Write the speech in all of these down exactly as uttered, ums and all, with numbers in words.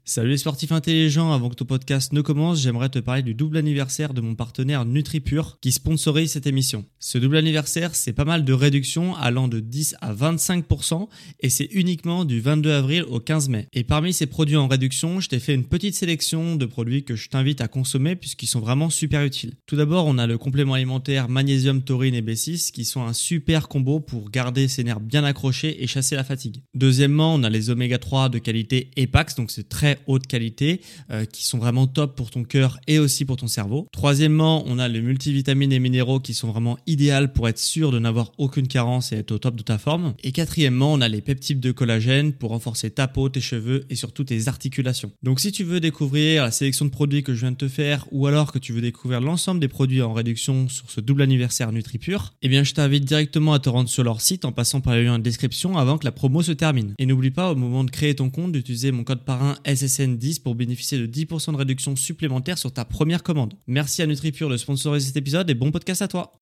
Salut les sportifs intelligents, avant que ton podcast ne commence, j'aimerais te parler du double anniversaire de mon partenaire NutriPure qui sponsorise cette émission. Ce double anniversaire, c'est pas mal de réductions allant de dix à vingt-cinq pour cent et c'est uniquement du vingt-deux avril au quinze mai. Et parmi ces produits en réduction, je t'ai fait une petite sélection de produits que je t'invite à consommer puisqu'ils sont vraiment super utiles. Tout d'abord, on a le complément alimentaire magnésium, taurine et B six qui sont un super combo pour garder ses nerfs bien accrochés et chasser la fatigue. Deuxièmement, on a les oméga trois de qualité Epax, donc c'est très haute qualité euh, qui sont vraiment top pour ton cœur et aussi pour ton cerveau. Troisièmement, on a les multivitamines et minéraux qui sont vraiment idéales pour être sûr de n'avoir aucune carence et être au top de ta forme. Et quatrièmement, on a les peptides de collagène pour renforcer ta peau, tes cheveux et surtout tes articulations. Donc si tu veux découvrir la sélection de produits que je viens de te faire ou alors que tu veux découvrir l'ensemble des produits en réduction sur ce double anniversaire NutriPure, eh bien je t'invite directement à te rendre sur leur site en passant par le lien de description avant que la promo se termine. Et n'oublie pas au moment de créer ton compte d'utiliser mon code parrain S S N dix pour bénéficier de dix pour cent de réduction supplémentaire sur ta première commande. Merci à NutriPure de sponsoriser cet épisode et bon podcast à toi.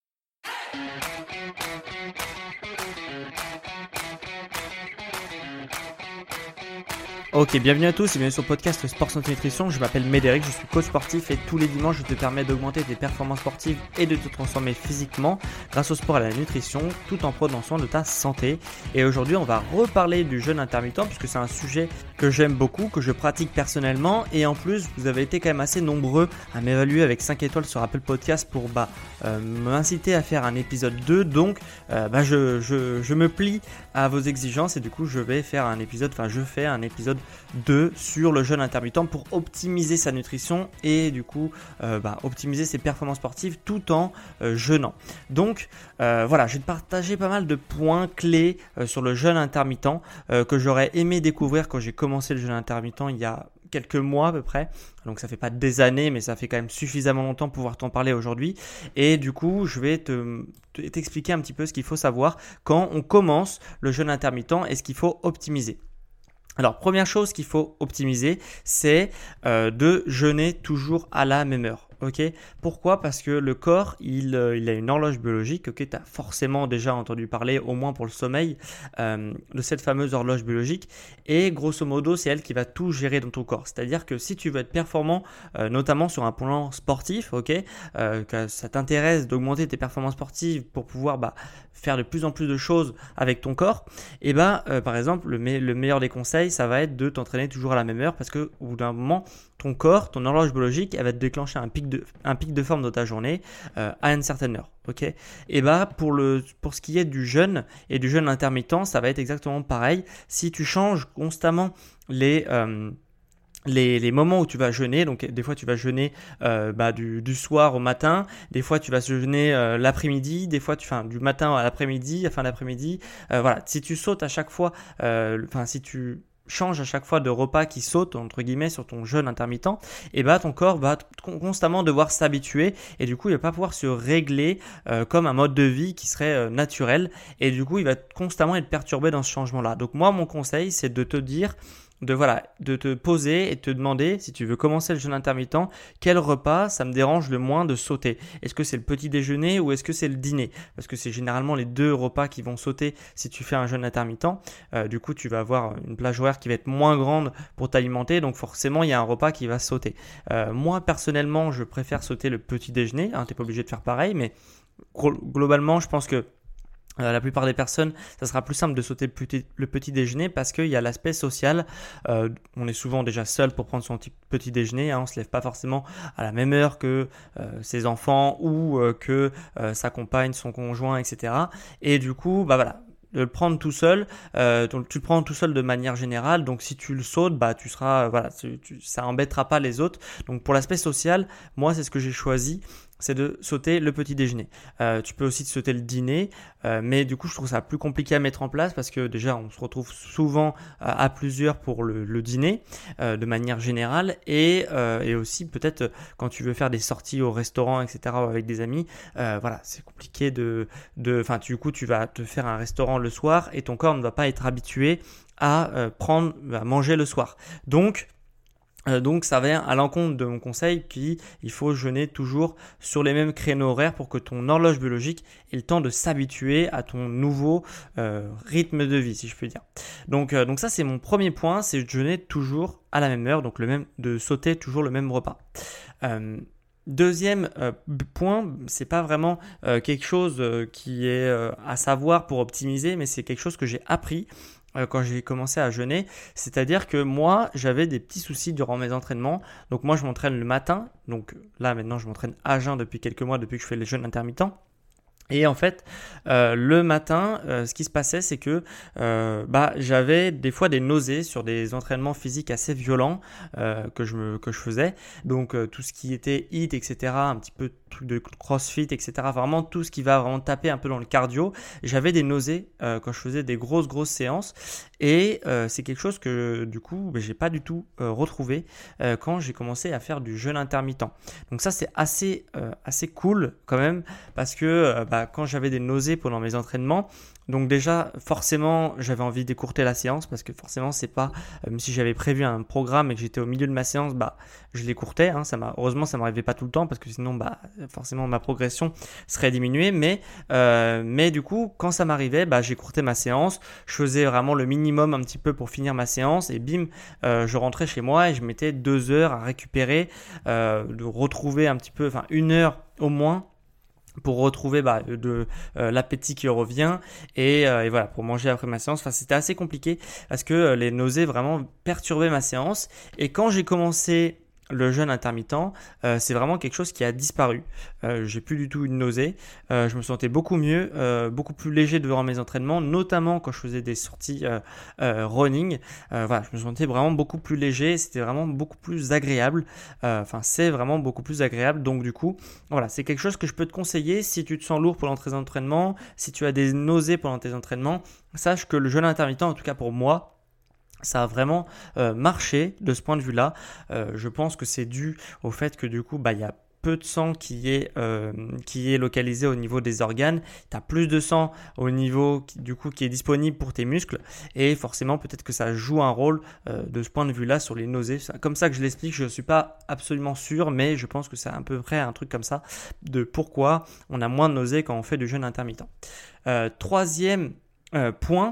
Ok, bienvenue à tous et bienvenue sur le podcast Sport Santé Nutrition. Je m'appelle Médéric, je suis coach sportif et tous les dimanches je te permets d'augmenter tes performances sportives et de te transformer physiquement grâce au sport et à la nutrition tout en prenant soin de ta santé. Et aujourd'hui on va reparler du jeûne intermittent puisque c'est un sujet que j'aime beaucoup, que je pratique personnellement et en plus vous avez été quand même assez nombreux à m'évaluer avec cinq étoiles sur Apple Podcast pour bah, euh, m'inciter à faire un épisode deux. Donc euh, bah, je, je, je me plie à vos exigences et du coup je vais faire un épisode, enfin je fais un épisode deux sur le jeûne intermittent pour optimiser sa nutrition et du coup euh, bah, optimiser ses performances sportives tout en euh, jeûnant. Donc euh, voilà, je vais te partager pas mal de points clés euh, sur le jeûne intermittent euh, que j'aurais aimé découvrir quand j'ai commencé le jeûne intermittent il y a quelques mois à peu près, donc ça fait pas des années mais ça fait quand même suffisamment longtemps pour pouvoir t'en parler aujourd'hui et du coup je vais te, te, t'expliquer un petit peu ce qu'il faut savoir quand on commence le jeûne intermittent et ce qu'il faut optimiser. Alors, première chose qu'il faut optimiser, c'est euh, de jeûner toujours à la même heure. Ok, pourquoi ? Parce que le corps, il, euh, il a une horloge biologique. Ok, tu as forcément déjà entendu parler, au moins pour le sommeil, euh, de cette fameuse horloge biologique. Et grosso modo, c'est elle qui va tout gérer dans ton corps. C'est-à-dire que si tu veux être performant, euh, notamment sur un plan sportif, ok, euh, que ça t'intéresse d'augmenter tes performances sportives pour pouvoir bah, faire de plus en plus de choses avec ton corps, et ben, euh, par exemple, le, me- le meilleur des conseils, ça va être de t'entraîner toujours à la même heure parce qu'au bout d'un moment, ton corps, ton horloge biologique, elle va te déclencher un pic de, un pic de forme dans ta journée euh, à une certaine heure. Okay, et bah pour, le, pour ce qui est du jeûne et du jeûne intermittent, ça va être exactement pareil. Si tu changes constamment les... Euh, Les, les moments où tu vas jeûner, donc des fois tu vas jeûner euh, bah, du, du soir au matin, des fois tu vas jeûner euh, l'après-midi, des fois tu, enfin, du matin à l'après-midi, à fin d'après-midi, euh, voilà. Si tu sautes à chaque fois, euh, enfin si tu change à chaque fois de repas qui saute entre guillemets sur ton jeûne intermittent, et bah ton corps va t- constamment devoir s'habituer et du coup il va pas pouvoir se régler euh, comme un mode de vie qui serait euh, naturel et du coup il va constamment être perturbé dans ce changement là. Donc moi mon conseil c'est de te dire de voilà, de te poser et te demander si tu veux commencer le jeûne intermittent, quel repas ça me dérange le moins de sauter. Est-ce que c'est le petit déjeuner ou est-ce que c'est le dîner ? Parce que c'est généralement les deux repas qui vont sauter si tu fais un jeûne intermittent. Euh, du coup, tu vas avoir une plage horaire qui va être moins grande pour t'alimenter, donc forcément, il y a un repas qui va sauter. Euh, moi, personnellement, je préfère sauter le petit déjeuner. Hein, tu n'es pas obligé de faire pareil, mais globalement, je pense que Euh, la plupart des personnes, ça sera plus simple de sauter le petit, le petit déjeuner parce qu'il y a l'aspect social. Euh, on est souvent déjà seul pour prendre son petit, petit déjeuner. Hein, on ne se lève pas forcément à la même heure que euh, ses enfants ou euh, que euh, sa compagne, son conjoint, et cetera. Et du coup, bah voilà. De le prendre tout seul, euh, donc tu le prends tout seul de manière générale, donc si tu le sautes, bah tu seras, euh, voilà, tu, tu, ça embêtera pas les autres. Donc pour l'aspect social, moi c'est ce que j'ai choisi, c'est de sauter le petit déjeuner. Euh, tu peux aussi te sauter le dîner, euh, mais du coup je trouve ça plus compliqué à mettre en place parce que déjà on se retrouve souvent à, à plusieurs pour le, le dîner euh, de manière générale et, euh, et aussi peut-être quand tu veux faire des sorties au restaurant, et cetera avec des amis, euh, voilà c'est compliqué de, de, enfin du coup tu vas te faire un restaurant le soir et ton corps ne va pas être habitué à euh, prendre, à manger le soir. Donc Euh, donc ça va à l'encontre de mon conseil qu'il faut jeûner toujours sur les mêmes créneaux horaires pour que ton horloge biologique ait le temps de s'habituer à ton nouveau euh, rythme de vie, si je peux dire. Donc, euh, donc ça c'est mon premier point, c'est de jeûner toujours à la même heure, donc le même, de sauter toujours le même repas. Euh, Deuxième euh, point, c'est pas vraiment euh, quelque chose euh, qui est euh, à savoir pour optimiser, mais c'est quelque chose que j'ai appris euh, quand j'ai commencé à jeûner. C'est-à-dire que moi, j'avais des petits soucis durant mes entraînements. Donc moi, je m'entraîne le matin. Donc là, maintenant, je m'entraîne à jeun depuis quelques mois, depuis que je fais les jeûnes intermittents. Et en fait, euh, le matin, euh, ce qui se passait, c'est que euh, bah, j'avais des fois des nausées sur des entraînements physiques assez violents euh, que, je me, que je faisais. Donc euh, tout ce qui était hit, et cetera, un petit peu de trucs de crossfit, et cetera. Vraiment tout ce qui va vraiment taper un peu dans le cardio. J'avais des nausées euh, quand je faisais des grosses, grosses séances. Et euh, c'est quelque chose que du coup, bah, j'ai pas du tout euh, retrouvé euh, quand j'ai commencé à faire du jeûne intermittent. Donc ça, c'est assez, euh, assez cool quand même parce que euh, bah, quand j'avais des nausées pendant mes entraînements, donc déjà forcément j'avais envie d'écourter la séance parce que forcément c'est pas, euh, même si j'avais prévu un programme et que j'étais au milieu de ma séance, bah je l'écourtais, hein, ça m'a, heureusement ça m'arrivait pas tout le temps parce que sinon bah forcément ma progression serait diminuée, mais, euh, mais du coup quand ça m'arrivait, bah j'écourtais ma séance, je faisais vraiment le minimum un petit peu pour finir ma séance et bim, euh, je rentrais chez moi et je mettais deux heures à récupérer, euh, de retrouver un petit peu, enfin une heure au moins pour retrouver bah, de euh, l'appétit qui revient et, euh, et voilà pour manger après ma séance. Enfin, c'était assez compliqué parce que euh, les nausées vraiment perturbaient ma séance et quand j'ai commencé le jeûne intermittent, euh, c'est vraiment quelque chose qui a disparu. Euh, j'ai plus du tout une nausée. Euh, je me sentais beaucoup mieux, euh, beaucoup plus léger devant mes entraînements, notamment quand je faisais des sorties euh, euh, running. Euh, voilà, je me sentais vraiment beaucoup plus léger. C'était vraiment beaucoup plus agréable. Euh, enfin, c'est vraiment beaucoup plus agréable. Donc du coup, voilà, c'est quelque chose que je peux te conseiller si tu te sens lourd pendant tes entraînements, si tu as des nausées pendant tes entraînements. Sache que le jeûne intermittent, en tout cas pour moi, ça a vraiment euh, marché de ce point de vue-là. Euh, je pense que c'est dû au fait que du coup, bah, il y a peu de sang qui est, euh, qui est localisé au niveau des organes. Tu as plus de sang au niveau qui, du coup, qui est disponible pour tes muscles. Et forcément, peut-être que ça joue un rôle euh, de ce point de vue-là sur les nausées. C'est comme ça que je l'explique. Je ne suis pas absolument sûr, mais je pense que c'est à peu près un truc comme ça de pourquoi on a moins de nausées quand on fait du jeûne intermittent. Euh, troisième euh, point,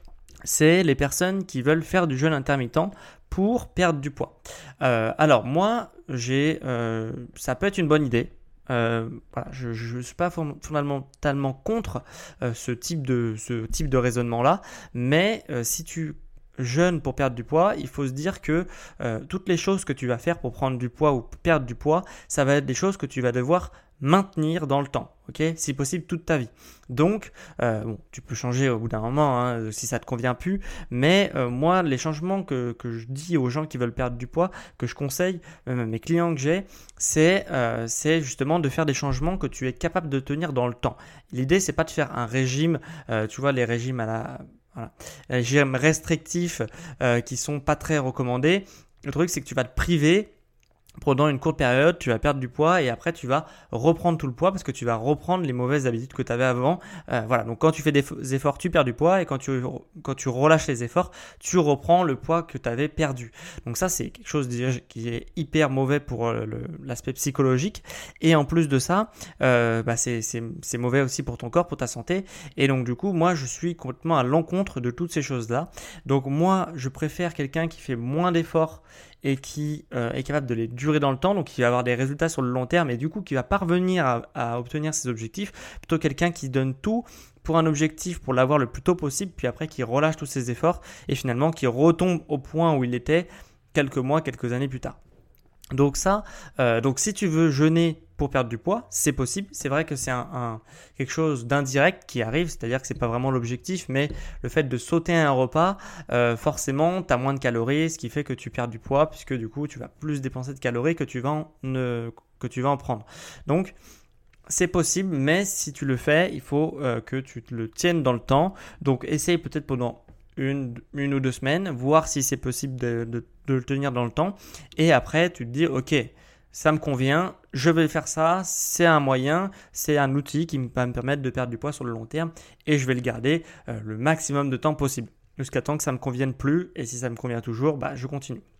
c'est les personnes qui veulent faire du jeûne intermittent pour perdre du poids. Euh, alors moi, j'ai, euh, ça peut être une bonne idée. Euh, voilà, je ne suis pas fondamentalement contre euh, ce type de, ce type de raisonnement-là, mais euh, si tu jeûnes pour perdre du poids, il faut se dire que euh, toutes les choses que tu vas faire pour prendre du poids ou perdre du poids, ça va être des choses que tu vas devoir maintenir dans le temps, ok, si possible toute ta vie. Donc, euh, bon, tu peux changer au bout d'un moment hein, si ça te convient plus, mais euh, moi, les changements que, que je dis aux gens qui veulent perdre du poids, que je conseille, même à mes clients que j'ai, c'est, euh, c'est justement de faire des changements que tu es capable de tenir dans le temps. L'idée, c'est pas de faire un régime, euh, tu vois, les régimes à la, voilà, les régimes restrictifs euh, qui sont pas très recommandés. Le truc, c'est que tu vas te priver. Pendant une courte période, tu vas perdre du poids et après tu vas reprendre tout le poids parce que tu vas reprendre les mauvaises habitudes que tu avais avant. Euh, voilà, donc quand tu fais des efforts, tu perds du poids et quand tu, quand tu relâches les efforts, tu reprends le poids que tu avais perdu. Donc ça, c'est quelque chose qui est hyper mauvais pour le, l'aspect psychologique et en plus de ça, euh, bah c'est, c'est, c'est mauvais aussi pour ton corps, pour ta santé. Et donc du coup, moi, je suis complètement à l'encontre de toutes ces choses-là. Donc moi, je préfère quelqu'un qui fait moins d'efforts et qui euh, est capable de les durer dans le temps, donc qui va avoir des résultats sur le long terme et du coup qui va parvenir à, à obtenir ses objectifs, plutôt quelqu'un qui donne tout pour un objectif pour l'avoir le plus tôt possible, puis après qui relâche tous ses efforts et finalement qui retombe au point où il était quelques mois, quelques années plus tard. Donc ça, euh, donc si tu veux jeûner pour perdre du poids, c'est possible. C'est vrai que c'est un, un, quelque chose d'indirect qui arrive, c'est-à-dire que c'est pas vraiment l'objectif, mais le fait de sauter un repas, euh, forcément, tu as moins de calories, ce qui fait que tu perds du poids, puisque du coup, tu vas plus dépenser de calories que tu vas en, ne, que tu vas en prendre. Donc, c'est possible, mais si tu le fais, il faut euh, que tu te le tiennes dans le temps. Donc, essaye peut-être pendant Une, une ou deux semaines, voir si c'est possible de, de, de le tenir dans le temps. Et après, tu te dis, ok, ça me convient, je vais faire ça, c'est un moyen, c'est un outil qui va me permettre de perdre du poids sur le long terme et je vais le garder euh, le maximum de temps possible jusqu'à temps que ça me convienne plus et si ça me convient toujours, bah, je continue.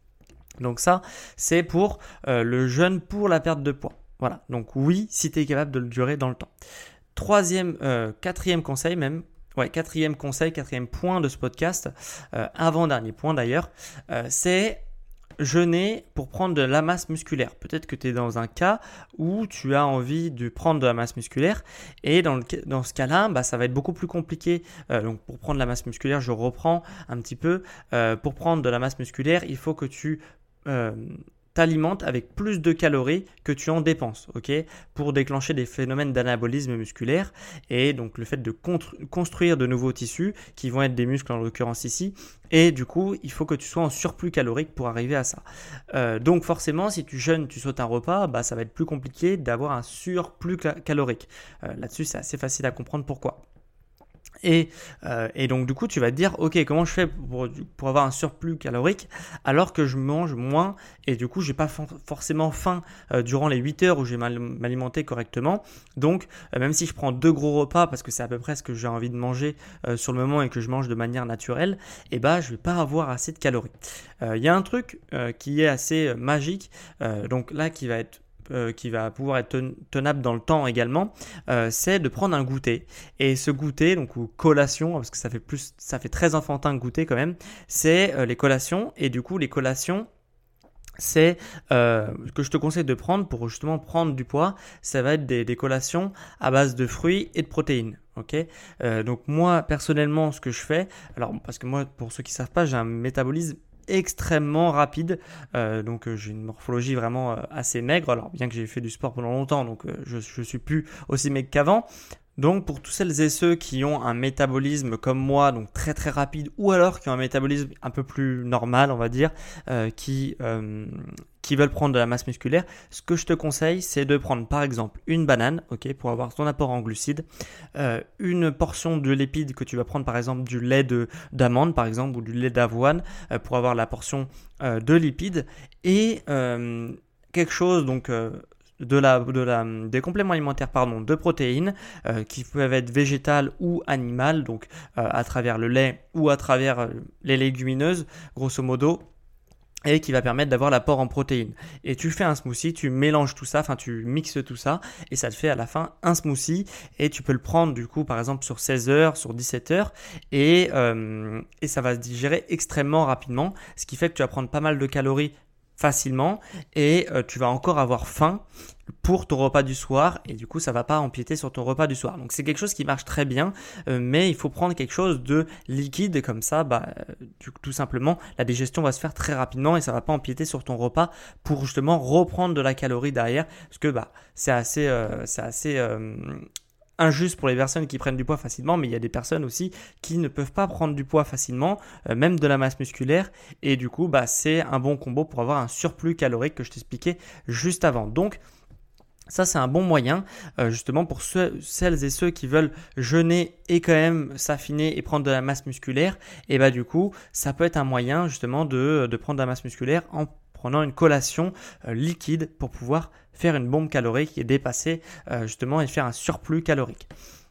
Donc ça, c'est pour euh, le jeûne pour la perte de poids. Voilà, donc oui, si tu es capable de le durer dans le temps. Troisième, euh, quatrième conseil même, ouais, quatrième conseil, quatrième point de ce podcast, euh, avant-dernier point d'ailleurs, euh, c'est jeûner pour prendre de la masse musculaire. Peut-être que tu es dans un cas où tu as envie de prendre de la masse musculaire et dans, le, dans ce cas-là, bah, ça va être beaucoup plus compliqué. Euh, donc pour prendre de la masse musculaire, je reprends un petit peu. Euh, pour prendre de la masse musculaire, il faut que tu euh, t'alimentes avec plus de calories que tu en dépenses, ok, pour déclencher des phénomènes d'anabolisme musculaire et donc le fait de construire de nouveaux tissus qui vont être des muscles en l'occurrence ici. Et du coup, il faut que tu sois en surplus calorique pour arriver à ça. Euh, donc forcément, si tu jeûnes, tu sautes un repas, bah, ça va être plus compliqué d'avoir un surplus calorique. Euh, là-dessus, c'est assez facile à comprendre pourquoi. Et, euh, et donc du coup tu vas te dire ok, comment je fais pour, pour avoir un surplus calorique alors que je mange moins et du coup j'ai pas for- forcément faim euh, durant les huit heures où je vais m'alimenter correctement. Donc euh, même si je prends deux gros repas parce que c'est à peu près ce que j'ai envie de manger euh, sur le moment et que je mange de manière naturelle, et bah je vais pas avoir assez de calories. Il euh, y a un truc euh, qui est assez euh, magique, euh, donc là qui va être Euh, qui va pouvoir être tenable dans le temps également, euh, c'est de prendre un goûter. Et ce goûter, donc ou collation, parce que ça fait plus, ça fait très enfantin goûter quand même, c'est euh, les collations. Et du coup, les collations, c'est euh, que je te conseille de prendre pour justement prendre du poids. Ça va être des, des collations à base de fruits et de protéines. Ok, euh, donc moi personnellement, ce que je fais, alors parce que moi, pour ceux qui ne savent pas, j'ai un métabolisme extrêmement rapide, euh, donc euh, j'ai une morphologie vraiment euh, assez maigre, alors bien que j'ai fait du sport pendant longtemps, donc euh, je ne suis plus aussi maigre qu'avant. Donc pour tous celles et ceux qui ont un métabolisme comme moi, donc très très rapide, ou alors qui ont un métabolisme un peu plus normal, on va dire, euh, qui, euh, qui veulent prendre de la masse musculaire, ce que je te conseille, c'est de prendre par exemple une banane, ok, pour avoir ton apport en glucides, euh, une portion de lipides que tu vas prendre par exemple du lait de, d'amande par exemple ou du lait d'avoine euh, pour avoir la portion euh, de lipides et euh, quelque chose donc euh, De la, de la, des compléments alimentaires pardon, de protéines euh, qui peuvent être végétales ou animales, donc euh, à travers le lait ou à travers euh, les légumineuses, grosso modo, et qui va permettre d'avoir l'apport en protéines. Et tu fais un smoothie, tu mélanges tout ça, enfin tu mixes tout ça, et ça te fait à la fin un smoothie, et tu peux le prendre du coup par exemple sur seize heures, sur dix-sept heures, et, euh, et ça va se digérer extrêmement rapidement, ce qui fait que tu vas prendre pas mal de calories facilement et euh, tu vas encore avoir faim pour ton repas du soir et du coup ça va pas empiéter sur ton repas du soir. Donc c'est quelque chose qui marche très bien euh, mais il faut prendre quelque chose de liquide comme ça bah, euh, du, tout simplement la digestion va se faire très rapidement et ça va pas empiéter sur ton repas pour justement reprendre de la calorie derrière parce que bah, c'est assez, euh, c'est assez euh, injuste pour les personnes qui prennent du poids facilement, mais il y a des personnes aussi qui ne peuvent pas prendre du poids facilement, euh, même de la masse musculaire, et du coup, bah, c'est un bon combo pour avoir un surplus calorique que je t'expliquais juste avant. Donc, ça, c'est un bon moyen euh, justement pour ceux, celles et ceux qui veulent jeûner et quand même s'affiner et prendre de la masse musculaire. Et bah du coup, ça peut être un moyen justement de, de prendre de la masse musculaire en prenant une collation euh, liquide pour pouvoir faire une bombe calorique et dépasser euh, justement et faire un surplus calorique.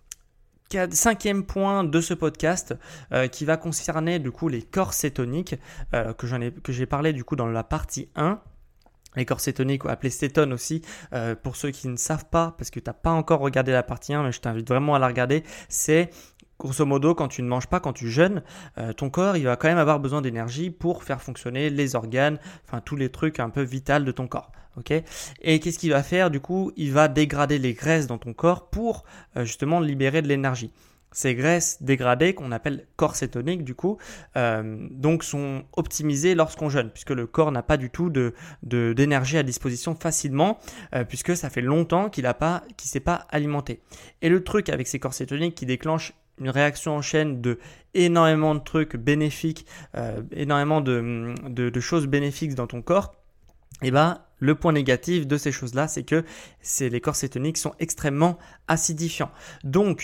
Cinquième point de ce podcast euh, qui va concerner du coup les corps cétoniques euh, que, j'en ai, que j'ai parlé du coup dans la partie un. Les corps cétoniques, appelés cétones aussi, euh, pour ceux qui ne savent pas, parce que tu n'as pas encore regardé la partie un, mais je t'invite vraiment à la regarder, c'est grosso modo quand tu ne manges pas, quand tu jeûnes, euh, ton corps il va quand même avoir besoin d'énergie pour faire fonctionner les organes, enfin tous les trucs un peu vitaux de ton corps. Okay, et qu'est-ce qu'il va faire du coup? Il va dégrader les graisses dans ton corps pour euh, justement libérer de l'énergie. Ces graisses dégradées qu'on appelle corps cétoniques du coup, euh, donc sont optimisées lorsqu'on jeûne puisque le corps n'a pas du tout de, de, d'énergie à disposition facilement euh, puisque ça fait longtemps qu'il a pas, qu'il s'est pas alimenté. Et le truc avec ces corps cétoniques qui déclenchent une réaction en chaîne de énormément de trucs bénéfiques, euh, énormément de, de, de choses bénéfiques dans ton corps, et ben le point négatif de ces choses-là, c'est que c'est, les corps cétoniques sont extrêmement acidifiants. Donc,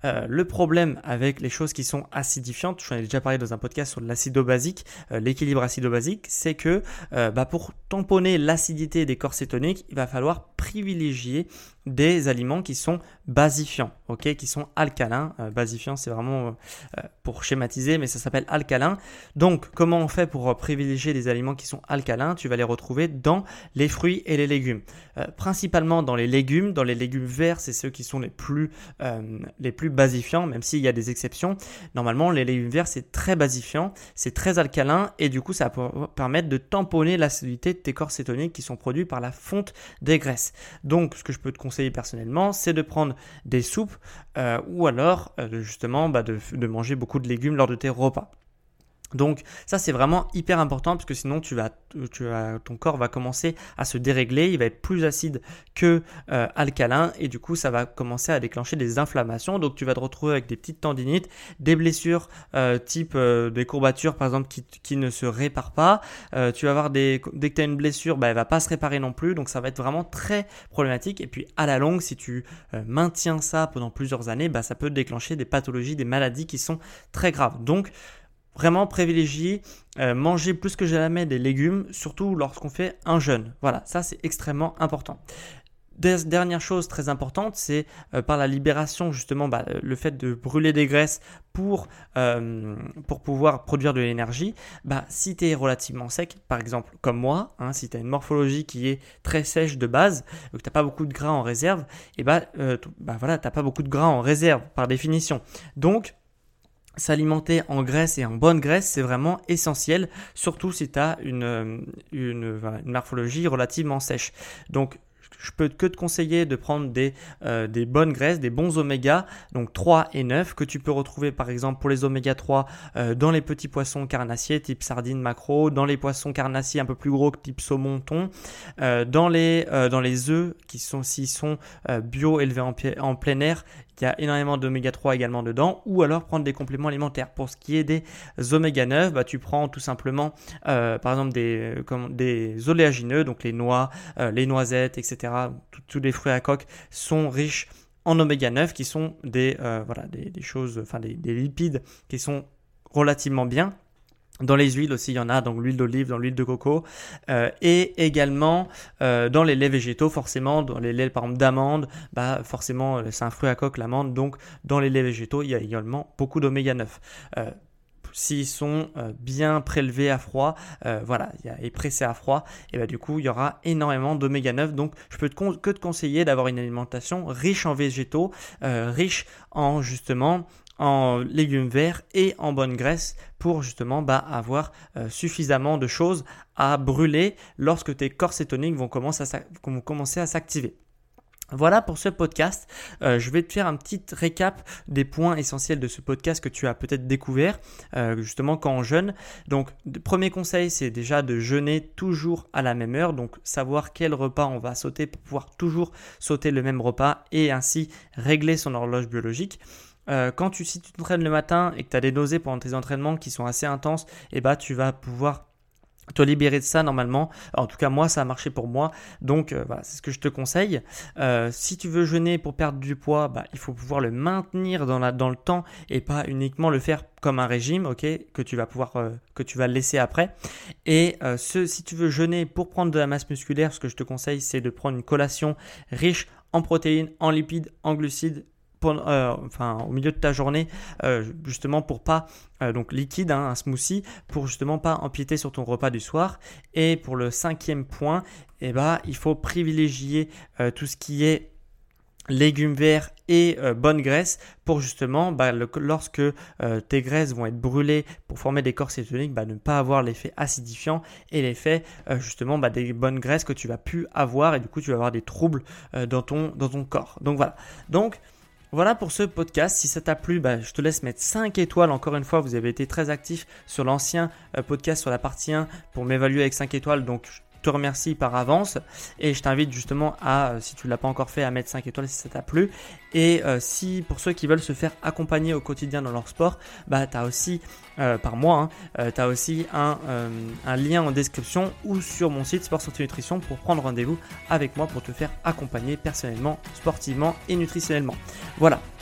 Euh, le problème avec les choses qui sont acidifiantes, je vous en ai déjà parlé dans un podcast sur l'acido-basique, euh, l'équilibre acido-basique, c'est que euh, bah, pour tamponner l'acidité des corps cétoniques, il va falloir privilégier des aliments qui sont basifiants, ok, qui sont alcalins. Euh, basifiant, c'est vraiment euh, pour schématiser, mais ça s'appelle alcalin. Donc, comment on fait pour privilégier des aliments qui sont alcalins? Tu vas les retrouver dans les fruits et les légumes. Euh, principalement dans les légumes. Dans les légumes verts, c'est ceux qui sont les plus, euh, les plus basifiants, même s'il y a des exceptions. Normalement, les légumes verts, c'est très basifiant, c'est très alcalin et du coup, ça va permettre de tamponner l'acidité de tes corps cétoniques qui sont produits par la fonte des graisses. Donc, ce que je peux te conseiller personnellement, c'est de prendre des soupes euh, ou alors euh, justement bah, de, de manger beaucoup de légumes lors de tes repas. Donc ça c'est vraiment hyper important parce que sinon tu vas, tu vas, ton corps va commencer à se dérégler, il va être plus acide que euh, alcalin et du coup ça va commencer à déclencher des inflammations. Donc tu vas te retrouver avec des petites tendinites, des blessures euh, type euh, des courbatures par exemple qui, qui ne se réparent pas. Euh, tu vas avoir des, dès que tu as une blessure, bah, elle ne va pas se réparer non plus, donc ça va être vraiment très problématique. Et puis à la longue, si tu euh, maintiens ça pendant plusieurs années, bah, ça peut déclencher des pathologies, des maladies qui sont très graves. Donc vraiment privilégier, euh, manger plus que jamais des légumes, surtout lorsqu'on fait un jeûne. Voilà, ça c'est extrêmement important. Dernière chose très importante, c'est euh, par la libération justement, bah, le fait de brûler des graisses pour, euh, pour pouvoir produire de l'énergie. Bah, si tu es relativement sec, par exemple comme moi, hein, si tu as une morphologie qui est très sèche de base, que tu n'as pas beaucoup de gras en réserve, et bah, euh, bah voilà, tu n'as pas beaucoup de gras en réserve par définition. Donc, s'alimenter en graisse et en bonne graisse, c'est vraiment essentiel, surtout si tu as une, une, une morphologie relativement sèche. Donc, je peux que te conseiller de prendre des, euh, des bonnes graisses, des bons oméga, donc trois et neuf, que tu peux retrouver par exemple pour les oméga trois euh, dans les petits poissons carnassiers type sardines, maquereaux, dans les poissons carnassiers un peu plus gros type saumon, thon, euh, dans, les, euh, dans les œufs qui sont, s'ils sont euh, bio élevés en, en plein air, il y a énormément d'oméga trois également dedans, ou alors prendre des compléments alimentaires. Pour ce qui est des oméga neuf, bah, tu prends tout simplement euh, par exemple des, comme, des oléagineux, donc les noix, euh, les noisettes, et cetera. Tous les fruits à coque sont riches en oméga neuf qui sont des, euh, voilà, des, des choses, enfin des, des lipides qui sont relativement bien. Dans les huiles aussi, il y en a, donc l'huile d'olive, dans l'huile de coco euh, et également euh, dans les laits végétaux, forcément, dans les laits par exemple d'amande, bah, forcément c'est un fruit à coque l'amande, donc dans les laits végétaux, il y a également beaucoup d'oméga neuf. Euh, S'ils sont euh, bien prélevés à froid, euh, voilà, y a, et pressés à froid, et bah, du coup, il y aura énormément d'oméga neuf. Donc, je peux te con- que te conseiller d'avoir une alimentation riche en végétaux, euh, riche en justement en légumes verts et en bonne graisse pour justement bah, avoir euh, suffisamment de choses à brûler lorsque tes corps cétoniques vont commencer à, vont commencer à s'activer. Voilà pour ce podcast. Euh, je vais te faire un petit récap des points essentiels de ce podcast que tu as peut-être découvert euh, justement quand on jeûne. Donc, le premier conseil, c'est déjà de jeûner toujours à la même heure. Donc, savoir quel repas on va sauter pour pouvoir toujours sauter le même repas et ainsi régler son horloge biologique. Euh, quand tu, si tu t'entraînes le matin et que tu as des nausées pendant tes entraînements qui sont assez intenses, eh ben, tu vas pouvoir te libérer de ça normalement. En tout cas, moi, ça a marché pour moi. Donc, euh, voilà, c'est ce que je te conseille. Euh, si tu veux jeûner pour perdre du poids, bah, il faut pouvoir le maintenir dans, la, dans le temps et pas uniquement le faire comme un régime, ok, que tu vas pouvoir, euh, que tu vas laisser après. Et euh, ce, si tu veux jeûner pour prendre de la masse musculaire, ce que je te conseille, c'est de prendre une collation riche en protéines, en lipides, en glucides, Pour, euh, enfin, au milieu de ta journée, euh, justement pour pas, euh, donc liquide, hein, un smoothie, pour justement pas empiéter sur ton repas du soir. Et pour le cinquième point, eh ben, il faut privilégier euh, tout ce qui est légumes verts et euh, bonne graisse pour justement, bah, le, lorsque euh, tes graisses vont être brûlées pour former des corps cétoniques, bah, ne pas avoir l'effet acidifiant et l'effet euh, justement bah, des bonnes graisses que tu vas plus avoir et du coup tu vas avoir des troubles euh, dans, ton, dans ton corps. Donc voilà. Donc, Voilà pour ce podcast. Si ça t'a plu, bah, je te laisse mettre cinq étoiles. Encore une fois, vous avez été très actifs sur l'ancien euh, podcast sur la partie un pour m'évaluer avec cinq étoiles. Donc, je te remercie par avance et je t'invite justement à, euh, si tu ne l'as pas encore fait, à mettre cinq étoiles si ça t'a plu. Et euh, si pour ceux qui veulent se faire accompagner au quotidien dans leur sport, bah, tu as aussi, euh, par moi, hein, euh, tu as aussi un, euh, un lien en description ou sur mon site Sport Santé Nutrition pour prendre rendez-vous avec moi pour te faire accompagner personnellement, sportivement et nutritionnellement. Voilà.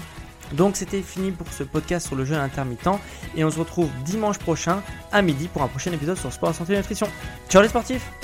Donc c'était fini pour ce podcast sur le jeûne intermittent et on se retrouve dimanche prochain à midi pour un prochain épisode sur sport, santé et nutrition. Ciao les sportifs!